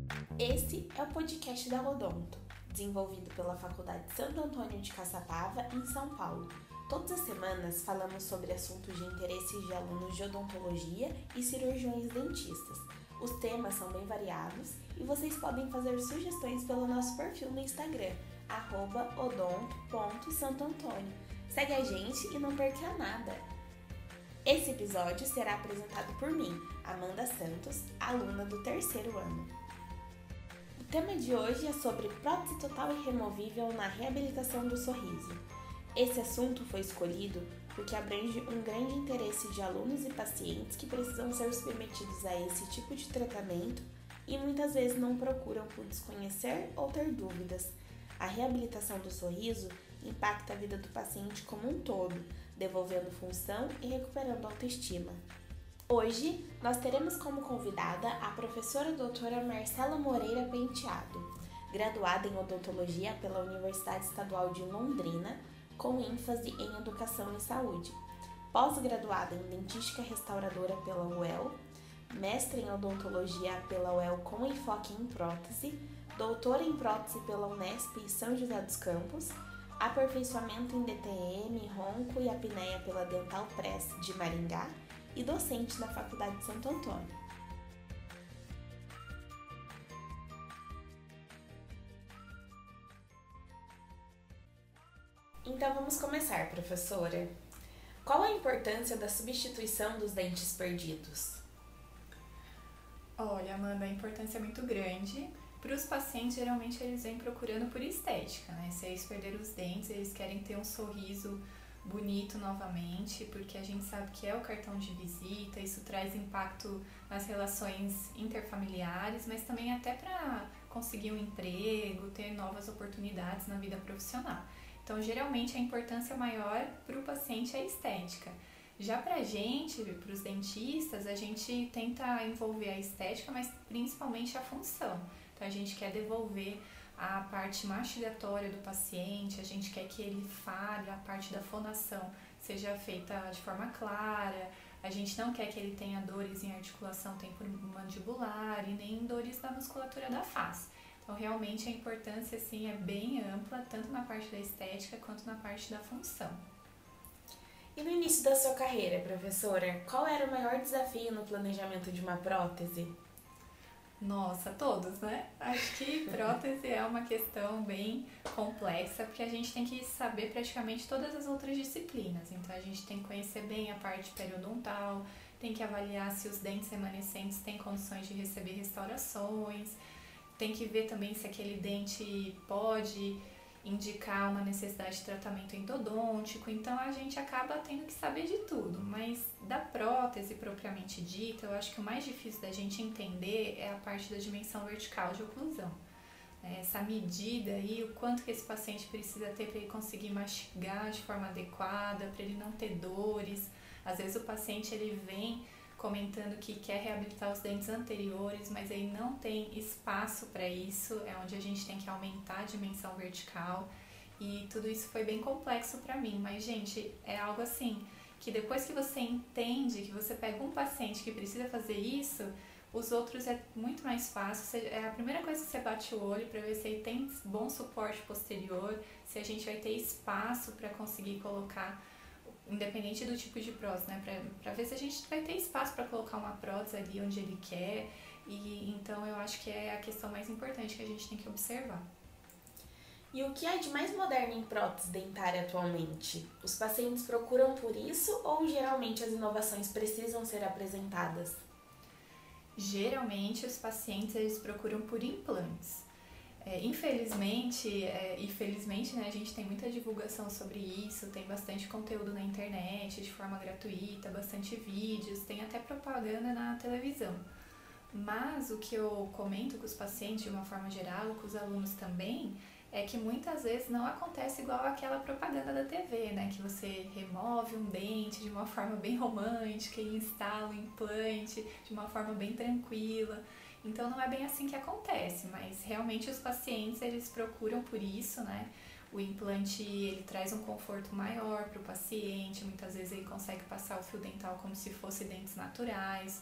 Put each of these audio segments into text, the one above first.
Esse é o podcast da Odonto, desenvolvido pela Faculdade Santo Antônio de Caçapava, em São Paulo. Todas as semanas falamos sobre assuntos de interesse de alunos de odontologia e cirurgiões dentistas. Os temas são bem variados e vocês podem fazer sugestões pelo nosso perfil no Instagram, @odonto.santoantônio. Segue a gente e não perca nada! Esse episódio será apresentado por mim, Amanda Santos, aluna do 3º ano. O tema de hoje é sobre prótese total e removível na reabilitação do sorriso. Esse assunto foi escolhido porque abrange um grande interesse de alunos e pacientes que precisam ser submetidos a esse tipo de tratamento e muitas vezes não procuram por desconhecer ou ter dúvidas. A reabilitação do sorriso impacta a vida do paciente como um todo, devolvendo função e recuperando a autoestima. Hoje, nós teremos como convidada a professora doutora Marcela Moreira Penteado, graduada em odontologia pela Universidade Estadual de Londrina, com ênfase em educação e saúde, pós-graduada em dentística restauradora pela UEL, mestre em odontologia pela UEL com enfoque em prótese, doutora em prótese pela Unesp e São José dos Campos, aperfeiçoamento em DTM, ronco e apneia pela Dental Press de Maringá e docente na Faculdade de Santo Antônio. Então vamos começar, professora. Qual a importância da substituição dos dentes perdidos? Olha, Amanda, a importância é muito grande. Para os pacientes, geralmente eles vêm procurando por estética, né? Se eles perderam os dentes, eles querem ter um sorriso bonito novamente, porque a gente sabe que é o cartão de visita, isso traz impacto nas relações interfamiliares, mas também até para conseguir um emprego, ter novas oportunidades na vida profissional. Então, geralmente, a importância maior para o paciente é a estética. Já para a gente, para os dentistas, a gente tenta envolver a estética, mas principalmente a função. Então, a gente quer devolver a parte mastigatória do paciente, a gente quer que ele fale, a parte da fonação seja feita de forma clara, a gente não quer que ele tenha dores em articulação temporomandibular e nem dores na musculatura da face. Então, realmente, a importância assim, é bem ampla, tanto na parte da estética quanto na parte da função. E no início da sua carreira, professora, qual era o maior desafio no planejamento de uma prótese? Nossa, todos, né? Acho que prótese é uma questão bem complexa, porque a gente tem que saber praticamente todas as outras disciplinas. Então, a gente tem que conhecer bem a parte periodontal, tem que avaliar se os dentes remanescentes têm condições de receber restaurações, tem que ver também se aquele dente pode indicar uma necessidade de tratamento endodôntico, então a gente acaba tendo que saber de tudo, mas da prótese propriamente dita, eu acho que o mais difícil da gente entender é a parte da dimensão vertical de oclusão. Essa medida aí, o quanto que esse paciente precisa ter para ele conseguir mastigar de forma adequada, para ele não ter dores. Às vezes o paciente ele vem comentando que quer reabilitar os dentes anteriores, mas aí não tem espaço para isso, é onde a gente tem que aumentar a dimensão vertical e tudo isso foi bem complexo para mim, mas gente, é algo assim, que depois que você entende, que você pega um paciente que precisa fazer isso, os outros é muito mais fácil, é a primeira coisa que você bate o olho para ver se ele tem bom suporte posterior, se a gente vai ter espaço para conseguir colocar independente do tipo de prótese, né? Pra ver se a gente vai ter espaço para colocar uma prótese ali onde ele quer. E então eu acho que é a questão mais importante que a gente tem que observar. E o que há de mais moderno em prótese dentária atualmente? Os pacientes procuram por isso ou geralmente as inovações precisam ser apresentadas? Geralmente os pacientes eles procuram por implantes. Infelizmente e felizmente, né, a gente tem muita divulgação sobre isso, tem bastante conteúdo na internet de forma gratuita, bastante vídeos, tem até propaganda na televisão. Mas o que eu comento com os pacientes de uma forma geral, com os alunos também, é que muitas vezes não acontece igual aquela propaganda da TV, né, que você remove um dente de uma forma bem romântica e instala um implante de uma forma bem tranquila. Então não é bem assim que acontece, mas realmente os pacientes eles procuram por isso, né? O implante ele traz um conforto maior para o paciente, muitas vezes ele consegue passar o fio dental como se fosse dentes naturais.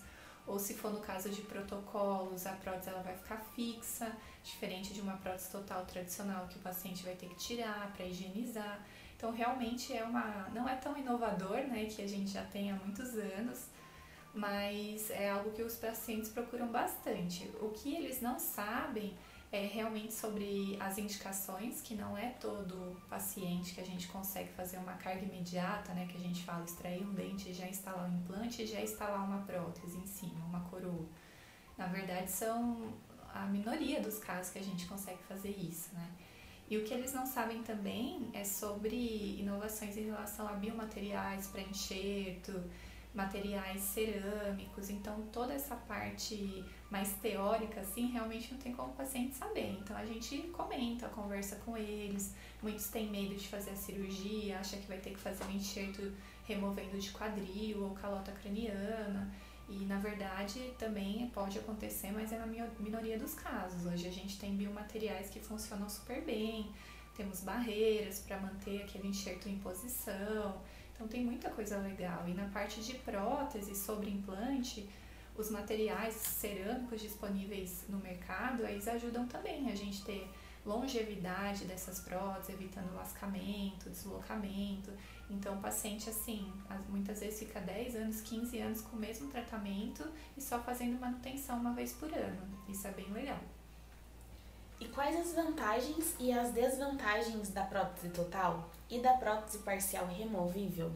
ou se for no caso de protocolos, a prótese ela vai ficar fixa, diferente de uma prótese total tradicional que o paciente vai ter que tirar para higienizar. Então realmente não é tão inovador, né, que a gente já tem há muitos anos, mas é algo que os pacientes procuram bastante. O que eles não sabem é realmente sobre as indicações, que não é todo paciente que a gente consegue fazer uma carga imediata, né, que a gente fala extrair um dente e já instalar um implante e já instalar uma prótese em cima, uma coroa. Na verdade, são a minoria dos casos que a gente consegue fazer isso, né? E o que eles não sabem também é sobre inovações em relação a biomateriais para enxerto, materiais cerâmicos, então toda essa parte mais teórica, assim, realmente não tem como o paciente saber. Então a gente comenta, conversa com eles, muitos têm medo de fazer a cirurgia, acha que vai ter que fazer um enxerto removendo de quadril ou calota craniana, e na verdade também pode acontecer, mas é na minoria dos casos. Hoje a gente tem biomateriais que funcionam super bem, temos barreiras para manter aquele enxerto em posição. Então tem muita coisa legal. E na parte de prótese sobre implante, os materiais cerâmicos disponíveis no mercado, eles ajudam também a gente ter longevidade dessas próteses, evitando lascamento, deslocamento. Então o paciente, assim, muitas vezes fica 10 anos, 15 anos com o mesmo tratamento e só fazendo manutenção uma vez por ano. Isso é bem legal. E quais as vantagens e as desvantagens da prótese total e da prótese parcial removível?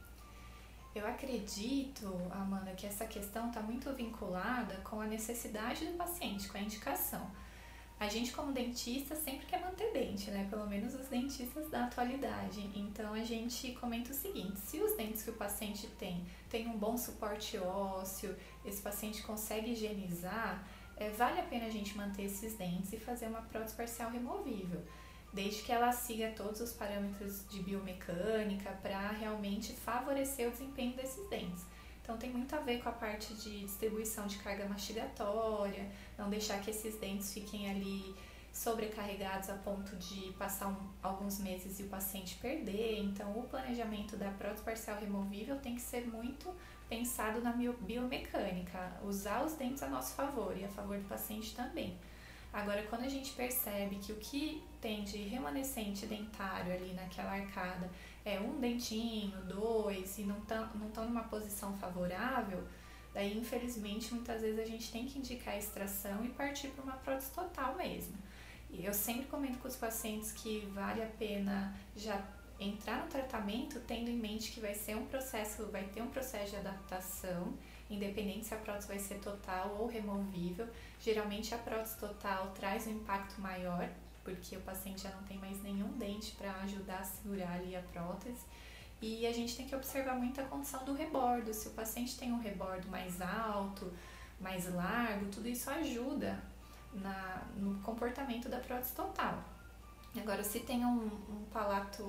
Eu acredito, Amanda, que essa questão está muito vinculada com a necessidade do paciente, com a indicação. A gente, como dentista, sempre quer manter dente, né? Pelo menos os dentistas da atualidade. Então, a gente comenta o seguinte: se os dentes que o paciente tem um bom suporte ósseo, esse paciente consegue higienizar, vale a pena a gente manter esses dentes e fazer uma prótese parcial removível, desde que ela siga todos os parâmetros de biomecânica para realmente favorecer o desempenho desses dentes. Então tem muito a ver com a parte de distribuição de carga mastigatória, não deixar que esses dentes fiquem ali sobrecarregados a ponto de passar alguns meses e o paciente perder. Então o planejamento da prótese parcial removível tem que ser muito pensado na biomecânica, usar os dentes a nosso favor e a favor do paciente também. Agora, quando a gente percebe que o que tem de remanescente dentário ali naquela arcada é um dentinho, dois, e não estão numa posição favorável, daí, infelizmente, muitas vezes a gente tem que indicar a extração e partir para uma prótese total mesmo. E eu sempre comento com os pacientes que vale a pena já entrar no tratamento tendo em mente que vai ter um processo de adaptação, independente se a prótese vai ser total ou removível. Geralmente a prótese total traz um impacto maior, porque o paciente já não tem mais nenhum dente para ajudar a segurar ali a prótese. E a gente tem que observar muito a condição do rebordo. Se o paciente tem um rebordo mais alto, mais largo, tudo isso ajuda no comportamento da prótese total. Agora, se tem um palato...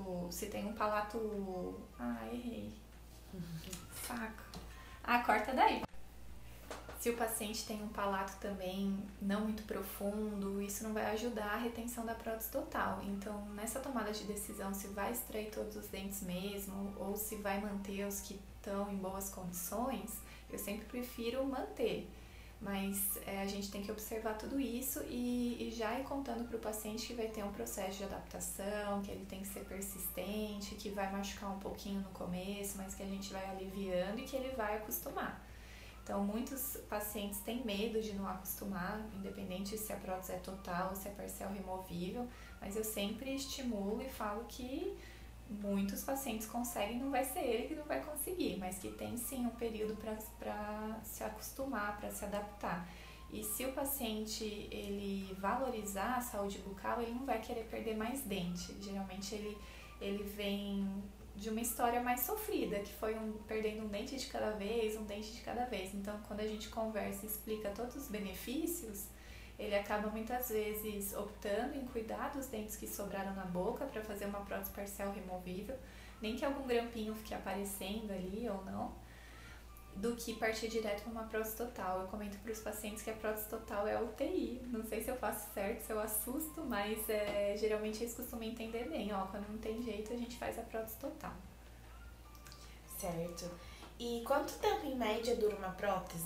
errei. Saco. Corta daí. Se o paciente tem um palato também não muito profundo, isso não vai ajudar a retenção da prótese total. Então, nessa tomada de decisão, se vai extrair todos os dentes mesmo ou se vai manter os que estão em boas condições, eu sempre prefiro manter. Mas a gente tem que observar tudo isso e já ir contando para o paciente que vai ter um processo de adaptação, que ele tem que ser persistente, que vai machucar um pouquinho no começo, mas que a gente vai aliviando e que ele vai acostumar. Então, muitos pacientes têm medo de não acostumar, independente se a prótese é total ou se é parcial removível, mas eu sempre estimulo e falo que muitos pacientes conseguem, não vai ser ele que não vai conseguir, mas que tem sim um período para se acostumar, para se adaptar. E se o paciente ele valorizar a saúde bucal, ele não vai querer perder mais dente. Geralmente ele vem de uma história mais sofrida, que foi perdendo um dente de cada vez, um dente de cada vez. Então, quando a gente conversa e explica todos os benefícios, ele acaba muitas vezes optando em cuidar dos dentes que sobraram na boca para fazer uma prótese parcial removível, nem que algum grampinho fique aparecendo ali ou não, do que partir direto para uma prótese total. Eu comento para os pacientes que a prótese total é UTI. Não sei se eu faço certo, se eu assusto, mas geralmente eles costumam entender bem. Quando não tem jeito, a gente faz a prótese total. Certo. E quanto tempo em média dura uma prótese?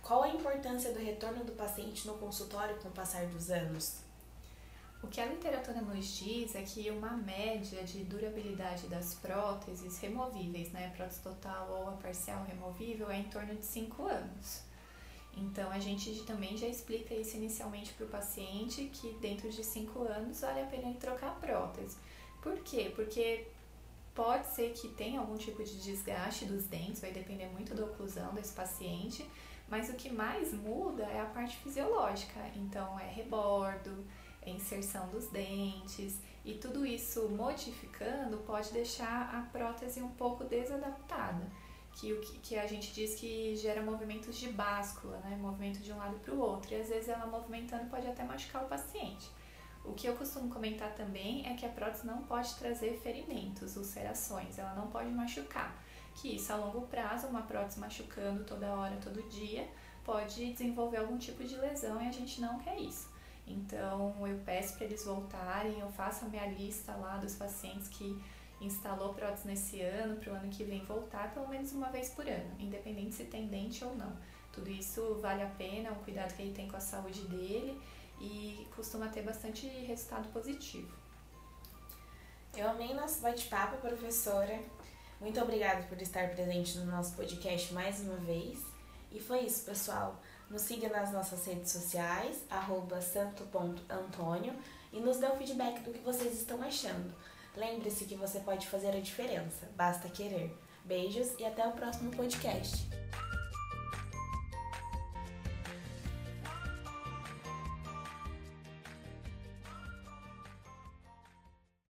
Qual a importância do retorno do paciente no consultório com o passar dos anos? O que a literatura nos diz é que uma média de durabilidade das próteses removíveis, né, prótese total ou a parcial removível, é em torno de 5 anos. Então, a gente também já explica isso inicialmente para o paciente, que dentro de 5 anos vale a pena ele trocar a prótese. Por quê? Porque pode ser que tenha algum tipo de desgaste dos dentes, vai depender muito da oclusão desse paciente, mas o que mais muda é a parte fisiológica. Então, é rebordo, é inserção dos dentes, e tudo isso modificando pode deixar a prótese um pouco desadaptada. Que a gente diz que gera movimentos de báscula, né? Movimento de um lado para o outro, e às vezes ela movimentando pode até machucar o paciente. O que eu costumo comentar também é que a prótese não pode trazer ferimentos, ulcerações, ela não pode machucar. Que isso, a longo prazo, uma prótese machucando toda hora, todo dia, pode desenvolver algum tipo de lesão e a gente não quer isso. Então, eu peço para eles voltarem, eu faço a minha lista lá dos pacientes que instalou prótese nesse ano, para o ano que vem voltar pelo menos uma vez por ano, independente se tem dente ou não. Tudo isso vale a pena, é um cuidado que ele tem com a saúde dele e costuma ter bastante resultado positivo. Eu amei nosso bate-papo, professora. Muito obrigada por estar presente no nosso podcast mais uma vez. E foi isso, pessoal. Nos siga nas nossas redes sociais, @santo.antonio, e nos dê um feedback do que vocês estão achando. Lembre-se que você pode fazer a diferença, basta querer. Beijos e até o próximo podcast.